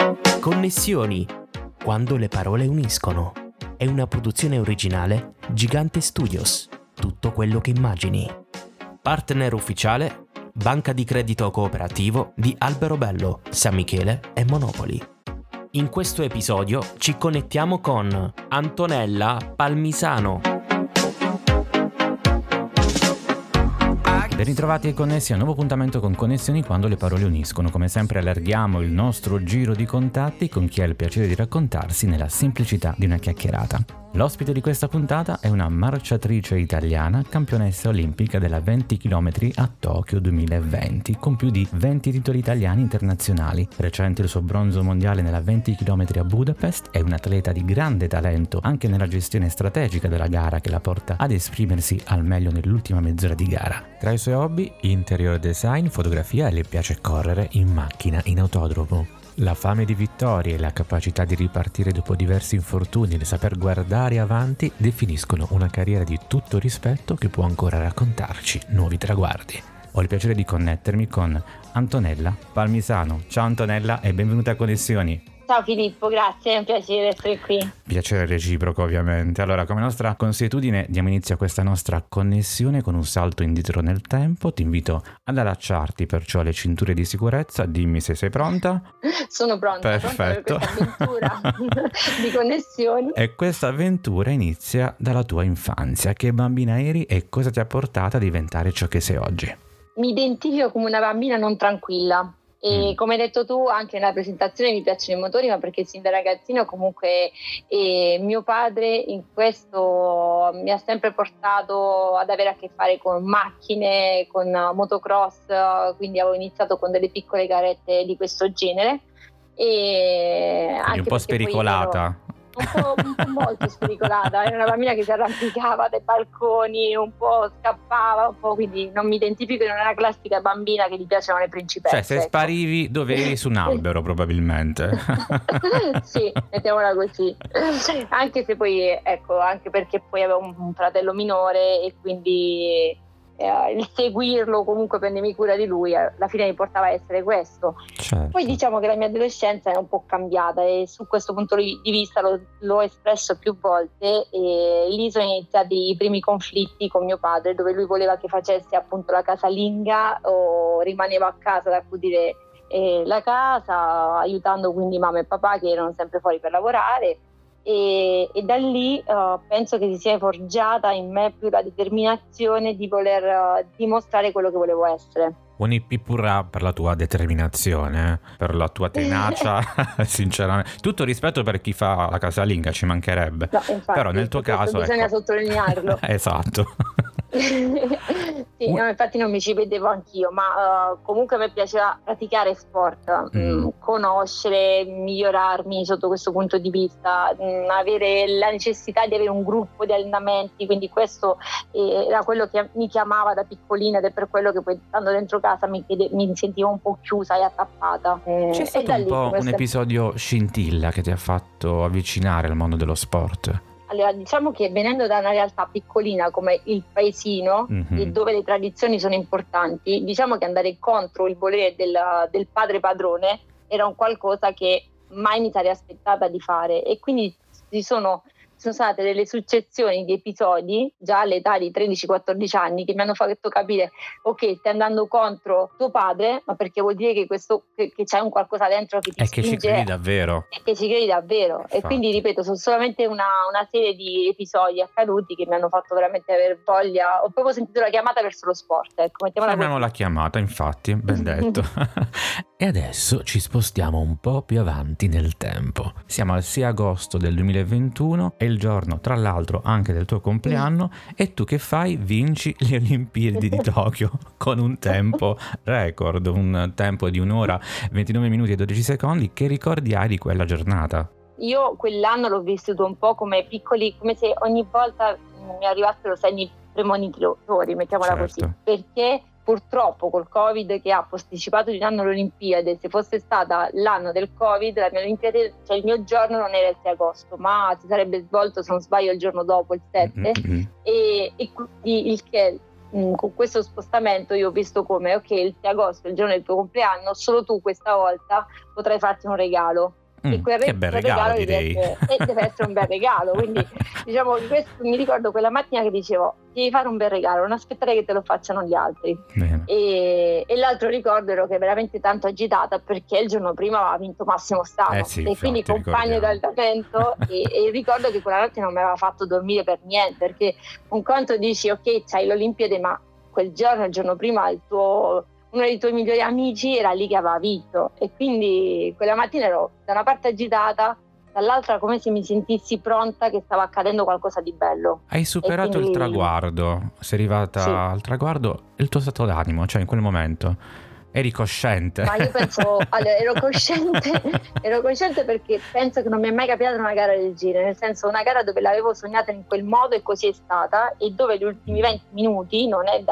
Connessioni, quando le parole uniscono. È una produzione originale Gigante Studios. Tutto quello che immagini. Partner ufficiale Banca di Credito Cooperativo di Alberobello, San Michele e Monopoli. In questo episodio ci connettiamo con Antonella Palmisano. Ben ritrovati e connessi a un nuovo appuntamento con Connessioni quando le parole uniscono. Come sempre allarghiamo il nostro giro di contatti con chi ha il piacere di raccontarsi nella semplicità di una chiacchierata. L'ospite di questa puntata è una marciatrice italiana, campionessa olimpica della 20 km a Tokyo 2020, con più di 20 titoli italiani internazionali. Recente il suo bronzo mondiale nella 20 km a Budapest, è un atleta di grande talento anche nella gestione strategica della gara che la porta ad esprimersi al meglio nell'ultima mezz'ora di gara. Tra i suoi hobby, interior design, fotografia e le piace correre in macchina in autodromo. La fame di vittorie e la capacità di ripartire dopo diversi infortuni e il saper guardare avanti definiscono una carriera di tutto rispetto che può ancora raccontarci nuovi traguardi. Ho il piacere di connettermi con Antonella Palmisano. Ciao Antonella e benvenuta a Connessioni. Ciao Filippo, grazie, è un piacere essere qui. Piacere reciproco ovviamente. Allora, come nostra consuetudine diamo inizio a questa nostra connessione con un salto indietro nel tempo. Ti invito ad allacciarti perciò alle cinture di sicurezza, dimmi se sei pronta. Sono pronta. Perfetto. Pronta per questa avventura di connessioni. E questa avventura inizia dalla tua infanzia. Che bambina eri e cosa ti ha portato a diventare ciò che sei oggi? Mi identifico come una bambina non tranquilla. E come hai detto tu, anche nella presentazione mi piacciono i motori, ma perché sin da ragazzino comunque mio padre in questo mi ha sempre portato ad avere a che fare con macchine, con motocross, quindi avevo iniziato con delle piccole garette di questo genere. E quindi anche un po' spericolata. Un po' molto spericolata, era una bambina che si arrampicava dai balconi, un po' scappava, un po', quindi non mi identifico in una classica bambina che gli piacevano le principesse. Cioè, se sparivi dovevi su un albero probabilmente. Sì, mettiamola così. Anche se poi, ecco, anche perché poi avevo un fratello minore e quindi il seguirlo, comunque prendermi cura di lui, alla fine mi portava a essere questo. Certo. Poi diciamo che la mia adolescenza è un po' cambiata e su questo punto di vista l'ho espresso più volte, e lì sono iniziati i primi conflitti con mio padre, dove lui voleva che facessi appunto la casalinga o rimanevo a casa ad accudire la casa, aiutando quindi mamma e papà che erano sempre fuori per lavorare. E da lì penso che si sia forgiata in me più la determinazione di voler dimostrare quello che volevo essere. Un ippipurra per la tua determinazione, per la tua tenacia, sinceramente. Tutto rispetto per chi fa la casalinga, ci mancherebbe. No, infatti, però nel tuo caso bisogna ecco. sottolinearlo. Esatto. Sì, no, infatti non mi ci vedevo anch'io, ma comunque a me piaceva praticare sport, conoscere, migliorarmi sotto questo punto di vista, avere la necessità di avere un gruppo di allenamenti, quindi questo era quello che mi chiamava da piccolina ed è per quello che poi stando dentro casa mi sentivo un po' chiusa e attappata. C'è stato un po' un episodio scintilla che ti ha fatto avvicinare al mondo dello sport? Allora, diciamo che venendo da una realtà piccolina come il paesino, e dove le tradizioni sono importanti, diciamo che andare contro il volere del padre padrone era un qualcosa che mai mi sarei aspettata di fare, e quindi ci sono state delle successioni di episodi già all'età di 13-14 anni che mi hanno fatto capire: ok, stai andando contro tuo padre, ma perché vuol dire che che c'è un qualcosa dentro che ti spinge, che ci credi davvero, e che ci credi davvero. Infatti. E quindi ripeto, sono solamente una serie di episodi accaduti che mi hanno fatto veramente aver voglia. Ho proprio sentito la chiamata verso lo sport, ecco, chiamiamo la chiamata, infatti, ben detto. E adesso ci spostiamo un po' più avanti nel tempo. Siamo al 6 agosto del 2021, è il giorno tra l'altro anche del tuo compleanno, e tu che fai? Vinci le Olimpiadi di Tokyo con un tempo record, un tempo di 1 ora 29 minuti e 12 secondi. Che ricordi hai di quella giornata? Io quell'anno l'ho vissuto un po' come piccoli, come se ogni volta mi arrivassero segni premonitori, mettiamola così, perché purtroppo col Covid che ha posticipato di un anno le Olimpiadi, se fosse stata l'anno del Covid, la mia Olimpiade, cioè il mio giorno non era il 6 agosto, ma si sarebbe svolto, se non sbaglio, il giorno dopo, il 7, e quindi il che con questo spostamento io ho visto come ok, il 6 agosto, il giorno del tuo compleanno, solo tu questa volta potrai farti un regalo. E che bel regalo direi. Deve essere un bel regalo, quindi diciamo mi ricordo quella mattina che dicevo devi fare un bel regalo, non aspettare che te lo facciano gli altri. E l'altro ricordo ero che veramente tanto agitata perché il giorno prima aveva vinto Massimo Stano sì, e quindi compagno d'allenamento e ricordo che quella notte non mi aveva fatto dormire per niente, perché un conto dici ok c'hai l'Olimpiade, ma quel giorno, il giorno prima uno dei tuoi migliori amici era lì che aveva vinto, e quindi quella mattina ero da una parte agitata, dall'altra come se mi sentissi pronta che stava accadendo qualcosa di bello. Hai superato il traguardo, sei arrivata al traguardo, il tuo stato d'animo, cioè in quel momento eri cosciente? Ma io penso, ero cosciente perché penso che non mi è mai capitata una gara del genere, nel senso una gara dove l'avevo sognata in quel modo e così è stata, e dove gli ultimi 20 minuti non è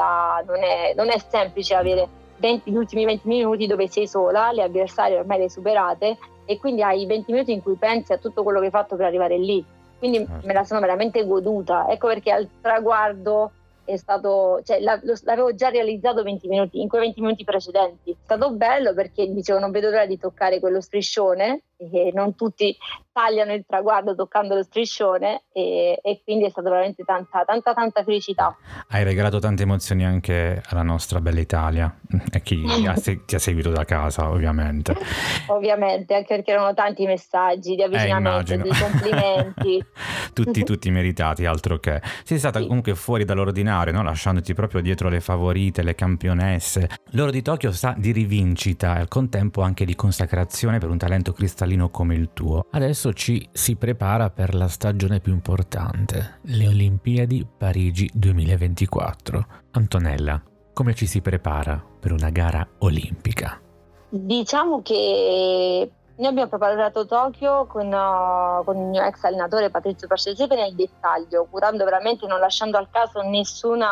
semplice avere gli ultimi 20 minuti dove sei sola, le avversarie ormai le superate, e quindi hai 20 minuti in cui pensi a tutto quello che hai fatto per arrivare lì, quindi me la sono veramente goduta. Ecco perché al traguardo è stato, cioè l'avevo già realizzato 20 minuti in quei 20 minuti precedenti. È stato bello perché dicevo non vedo l'ora di toccare quello striscione, e non tutti tagliano il traguardo toccando lo striscione, e quindi è stata veramente tanta felicità. Hai regalato tante emozioni anche alla nostra bella Italia e chi ti ha seguito da casa, ovviamente. Ovviamente, anche perché erano tanti messaggi di avvicinamento, di complimenti. tutti meritati, altro che. Sei stata comunque fuori dall'ordinario, no? Lasciandoti proprio dietro le favorite, le campionesse. L'Oro di Tokyo sa di rivincita e al contempo anche di consacrazione per un talento cristallino come il tuo. Adesso ci si prepara per la stagione più importante, le Olimpiadi Parigi 2024. Antonella, come ci si prepara per una gara olimpica? Diciamo che noi abbiamo preparato Tokyo con il mio ex allenatore Patrizio Pascesepe nel dettaglio, curando veramente, non lasciando al caso nessuna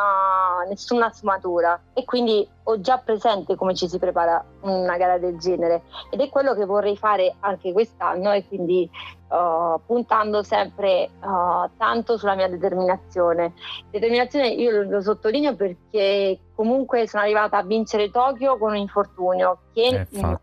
sfumatura, e quindi ho già presente come ci si prepara una gara del genere, ed è quello che vorrei fare anche quest'anno, e quindi puntando sempre tanto sulla mia determinazione. Io lo sottolineo perché comunque sono arrivata a vincere Tokyo con un infortunio che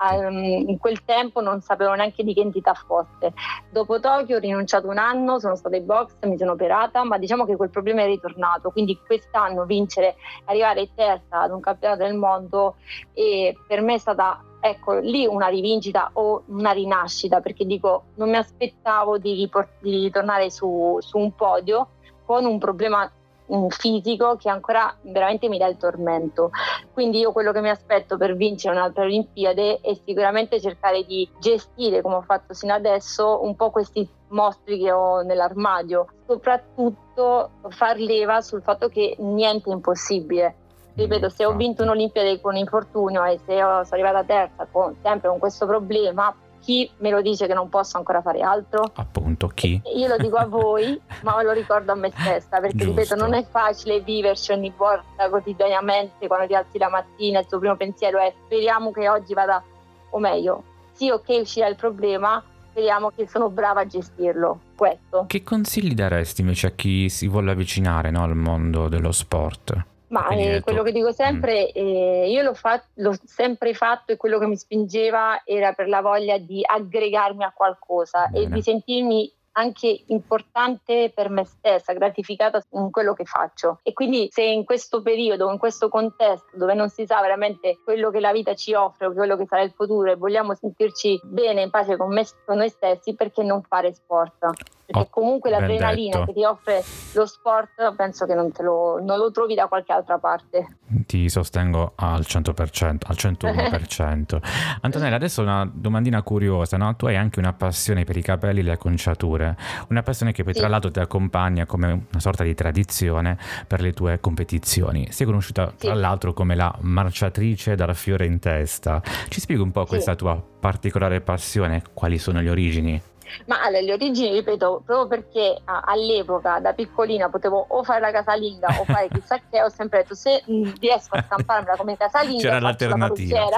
in quel tempo non sapevo neanche di che entità fosse. Dopo Tokyo ho rinunciato un anno, sono stata in box, mi sono operata, ma diciamo che quel problema è ritornato, quindi quest'anno arrivare terza ad un campionato del mondo, e per me è stata lì una rivincita o una rinascita, perché dico non mi aspettavo di ritornare su un podio con un problema fisico che ancora veramente mi dà il tormento. Quindi io quello che mi aspetto per vincere un'altra Olimpiade è sicuramente cercare di gestire, come ho fatto sino adesso, un po' questi mostri che ho nell'armadio, soprattutto far leva sul fatto che niente è impossibile. Ripeto, se ho vinto un'Olimpiade con infortunio e se sono arrivata terza sempre con questo problema, chi me lo dice che non posso ancora fare altro? Appunto, chi? Io lo dico a voi, ma lo ricordo a me stessa, perché ripeto, non è facile viverci ogni volta quotidianamente, quando ti alzi la mattina il tuo primo pensiero è speriamo che oggi vada, o meglio, sì, ok, uscirà il problema, speriamo che sono brava a gestirlo. Questo. Che consigli daresti invece a chi si vuole avvicinare, no, al mondo dello sport? Ma quello che dico sempre, io l'ho sempre fatto, e quello che mi spingeva era per la voglia di aggregarmi a qualcosa. Bene. E di sentirmi anche importante per me stessa, gratificata in quello che faccio. E quindi se in questo periodo, in questo contesto dove non si sa veramente quello che la vita ci offre o quello che sarà il futuro, e vogliamo sentirci bene, in pace con noi stessi, perché non fare sport? Perché comunque l'adrenalina che ti offre lo sport penso che non lo trovi da qualche altra parte. Ti sostengo al 100%, al 101%. Antonella, adesso una domandina curiosa, no? Tu hai anche una passione per i capelli e le acconciature, una passione che poi tra l'altro ti accompagna come una sorta di tradizione per le tue competizioni. Sei conosciuta tra l'altro come la marciatrice dal fiore in testa. Ci spieghi un po' questa tua particolare passione, quali sono le origini? Ma le origini, ripeto, proprio perché all'epoca da piccolina potevo o fare la casalinga o fare chissà che, ho sempre detto se riesco a stamparmela come casalinga c'era l'alternativa,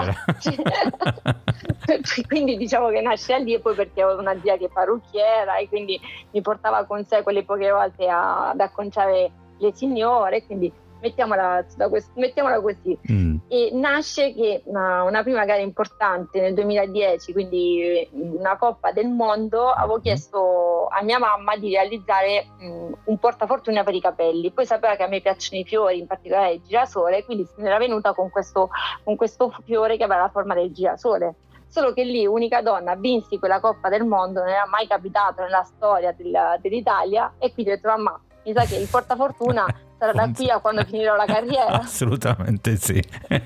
quindi diciamo che nasce lì, e poi perché ho una zia che è parrucchiera e quindi mi portava con sé quelle poche volte ad acconciare le signore, quindi mettiamola così. E nasce che una prima gara importante nel 2010, quindi una Coppa del Mondo, avevo chiesto a mia mamma di realizzare un portafortuna per i capelli. Poi sapeva che a me piacciono i fiori, in particolare il girasole, quindi se ne era venuta con questo fiore che aveva la forma del girasole. Solo che lì, unica donna, vinsi quella Coppa del Mondo, non era mai capitato nella storia dell'Italia, e quindi ho detto: mamma, mi sa che il portafortuna sarà da qui a quando finirò la carriera. Assolutamente sì.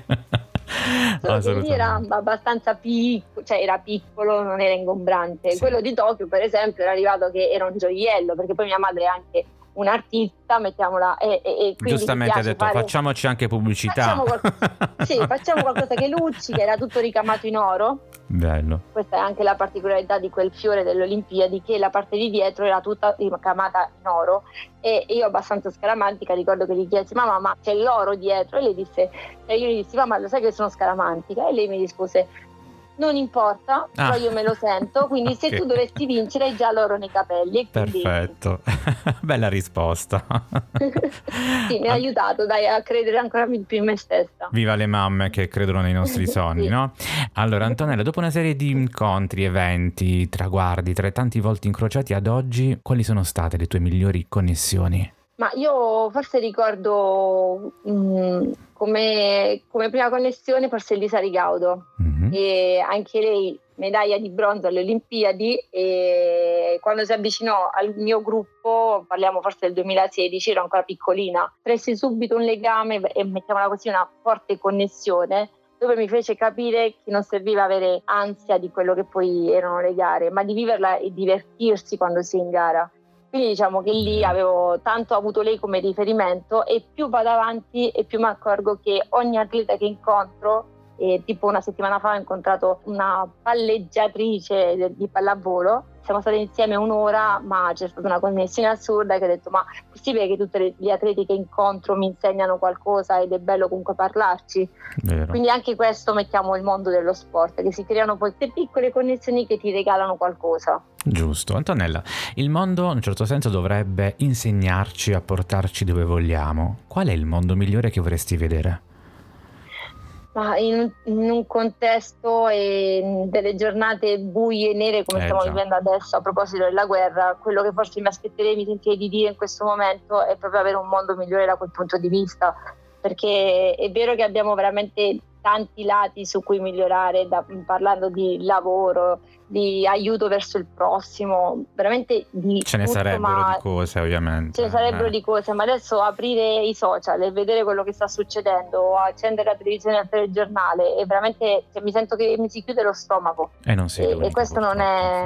Solo che lì era abbastanza piccolo, cioè era piccolo, non era ingombrante. Sì. Quello di Tokyo, per esempio, era arrivato che era un gioiello, perché poi mia madre è anche un'artista, mettiamola, e giustamente ha detto facciamoci anche pubblicità. Facciamo qualcosa che luccica. Era tutto ricamato in oro. Bello. Questa è anche la particolarità di quel fiore delle Olimpiadi, che la parte di dietro era tutta ricamata in oro, e io, abbastanza scaramantica, ricordo che gli chiesi: mamma, ma c'è l'oro dietro? E lei disse, e io gli dissi: mamma, lo sai che sono scaramantica? E lei mi rispose: non importa, però io me lo sento, quindi se tu dovessi vincere hai già l'oro nei capelli. E quindi... Perfetto. Bella risposta. Sì, mi ha aiutato, dai, a credere ancora più in me stessa. Viva le mamme che credono nei nostri sogni, sì. No? Allora, Antonella, dopo una serie di incontri, eventi, traguardi, tra i tanti volti incrociati ad oggi, quali sono state le tue migliori connessioni? Ma io forse ricordo come prima connessione forse Elisa Rigaudo, e anche lei medaglia di bronzo alle Olimpiadi, e quando si avvicinò al mio gruppo, parliamo forse del 2016, ero ancora piccolina, presi subito un legame e, mettiamola così, una forte connessione, dove mi fece capire che non serviva avere ansia di quello che poi erano le gare, ma di viverla e divertirsi quando si è in gara. Quindi diciamo che lì avevo tanto avuto lei come riferimento, e più vado avanti e più mi accorgo che ogni atleta che incontro, tipo una settimana fa ho incontrato una palleggiatrice di pallavolo, siamo state insieme un'ora, ma c'è stata una connessione assurda, che ho detto: ma è possibile che tutti gli atleti che incontro mi insegnano qualcosa, ed è bello comunque parlarci. Vero. Quindi anche questo, mettiamo il mondo dello sport, che si creano poi queste piccole connessioni che ti regalano qualcosa. Giusto. Antonella, il mondo in un certo senso dovrebbe insegnarci a portarci dove vogliamo. Qual è il mondo migliore che vorresti vedere? Ma in un contesto delle giornate buie e nere come stiamo vivendo adesso, a proposito della guerra, quello che forse mi aspetterei, mi sentirei di dire in questo momento, è proprio avere un mondo migliore da quel punto di vista, perché è vero che abbiamo veramente tanti lati su cui migliorare, parlando di lavoro, di aiuto verso il prossimo, veramente di ce ne tutto, sarebbero di cose, ovviamente. Ce ne sarebbero di cose, ma adesso aprire i social e vedere quello che sta succedendo, accendere la televisione al telegiornale, e veramente mi sento che mi si chiude lo stomaco. E non sei l'unica, e questo non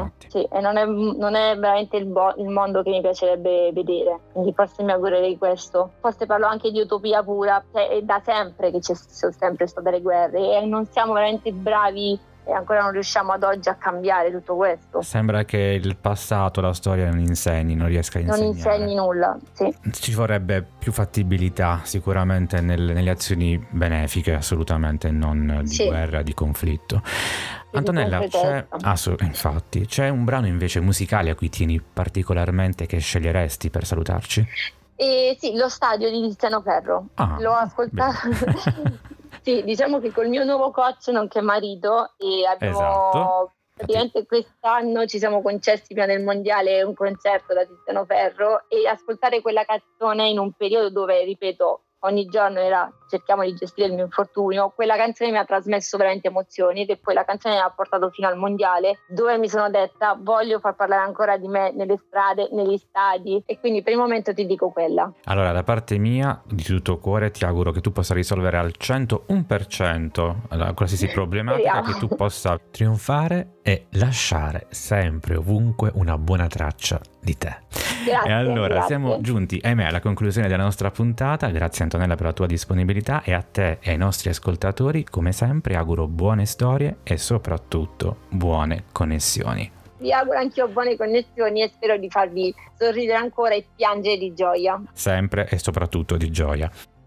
è veramente il mondo che mi piacerebbe vedere. Quindi forse mi augurerei questo. Forse parlo anche di utopia pura, cioè è da sempre che ci sono sempre state le guerre, e non siamo veramente bravi, e ancora non riusciamo ad oggi a cambiare tutto questo. Sembra che il passato, la storia non riesca a insegnare. Non insegni nulla, sì. Ci vorrebbe più fattibilità sicuramente nelle azioni benefiche, assolutamente, non di guerra, di conflitto. Antonella, infatti, c'è un brano invece musicale a cui tieni particolarmente, che sceglieresti per salutarci? Sì, Lo stadio di Tiziano Ferro. L'ho ascoltato. Sì, diciamo che col mio nuovo coach, nonché marito, e abbiamo praticamente quest'anno ci siamo concessi prima del mondiale un concerto da Tiziano Ferro, e ascoltare quella canzone in un periodo dove, ripeto, ogni giorno cerchiamo di gestire il mio infortunio, quella canzone mi ha trasmesso veramente emozioni, ed poi la canzone mi ha portato fino al mondiale, dove mi sono detta: voglio far parlare ancora di me nelle strade, negli stadi, e quindi per il momento ti dico quella. Allora, da parte mia, di tutto cuore, ti auguro che tu possa risolvere al 101% la qualsiasi problematica, che tu possa trionfare e lasciare sempre, ovunque, una buona traccia di te. Grazie, e allora grazie. Siamo giunti, ahimè, alla conclusione della nostra puntata. Grazie Antonella per la tua disponibilità, e a te e ai nostri ascoltatori, come sempre, auguro buone storie e soprattutto buone connessioni. Vi auguro anch'io buone connessioni, e spero di farvi sorridere ancora e piangere di gioia. Sempre e soprattutto di gioia.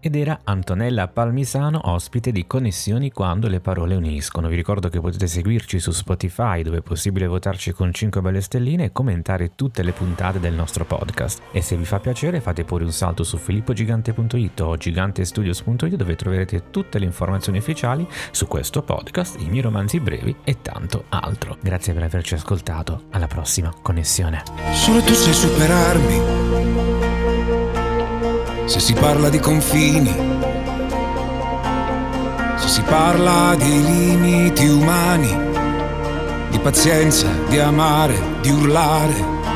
ed era Antonella Palmisano, ospite di Connessioni quando le parole uniscono. Vi ricordo che potete seguirci su Spotify, dove è possibile votarci con 5 belle stelline e commentare tutte le puntate del nostro podcast. E se vi fa piacere fate pure un salto su filippogigante.it o gigantestudios.it, dove troverete tutte le informazioni ufficiali su questo podcast, i miei romanzi brevi e tanto altro. Grazie per averci ascoltato, alla prossima Connessione. Solo tu sai superarmi. Se si parla di confini, se si parla di limiti umani, di pazienza, di amare, di urlare.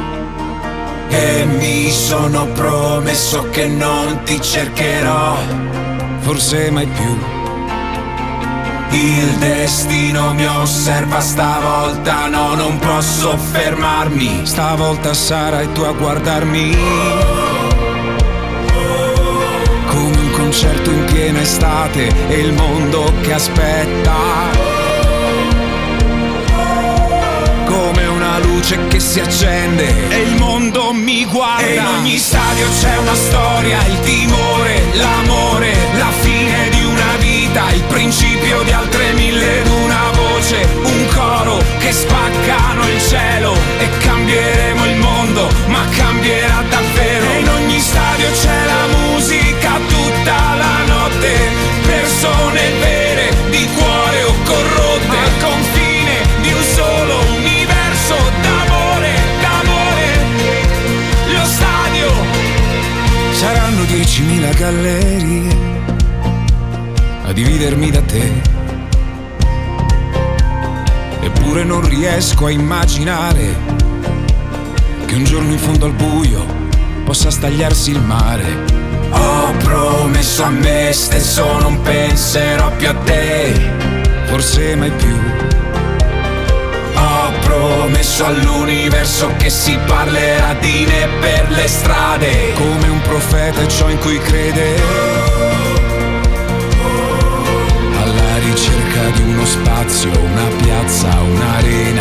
E mi sono promesso che non ti cercherò, forse mai più. Il destino mi osserva stavolta, no, non posso fermarmi. Stavolta sarai tu a guardarmi. Come un concerto in piena estate e il mondo che aspetta. Come una luce che si accende e il mondo mi guarda. E in ogni stadio c'è una storia, il timore, l'amore, la fine di una vita, il principio di altre mille ed una voce, un coro che spaccano il cielo e cambieremo il mondo, ma cambierà davvero. E in ogni stadio c'è la musica tutta la notte, persone vere di cuore o corrotte, al confine di un solo universo d'amore, d'amore. Lo stadio saranno 10.000 gallerie a dividermi da te, eppure non riesco a immaginare che un giorno in fondo al buio possa stagliarsi il mare. Ho promesso a me stesso non penserò più a te, forse mai più. Ho promesso all'universo che si parlerà di me per le strade, come un profeta è ciò in cui crede, alla ricerca di uno spazio, una piazza, un'arena,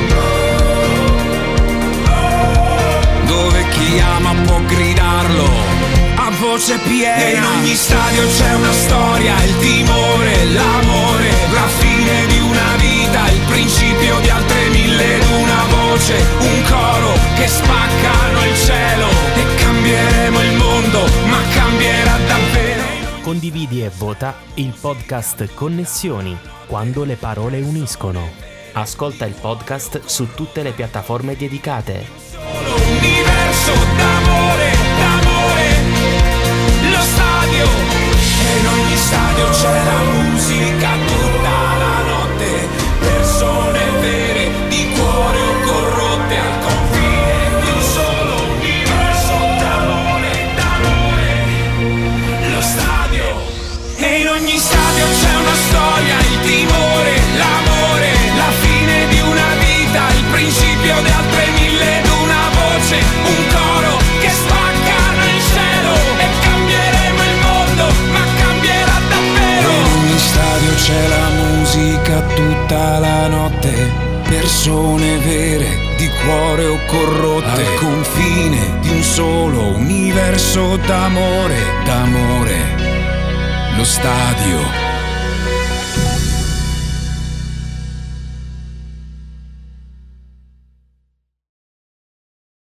dove chi ama può gridarlo a voce piena. E in ogni stadio c'è una storia, il timore, l'amore, la fine di una vita, il principio di altre mille ed una voce, un coro che spaccano il cielo e cambieremo il mondo, ma cambierà davvero. Condividi e vota il podcast Connessioni quando le parole uniscono. Ascolta il podcast su tutte le piattaforme dedicate. Solo universo d'amore, d'amore. Lo stadio, e in ogni stadio c'è la musica tutta la notte, persone vere di cuore o corrotte, al confine di un solo universo d'amore, d'amore. Lo stadio, e in ogni stadio c'è una storia, il timore, l'amore, la fine di una vita, il principio di altre mille ed una voce, un coro che spaccano il cielo e cambieremo il mondo, ma cambierà davvero. In ogni stadio c'è la musica tutta la notte, persone vere di cuore o corrotte, al confine di un solo universo d'amore, d'amore. Lo stadio.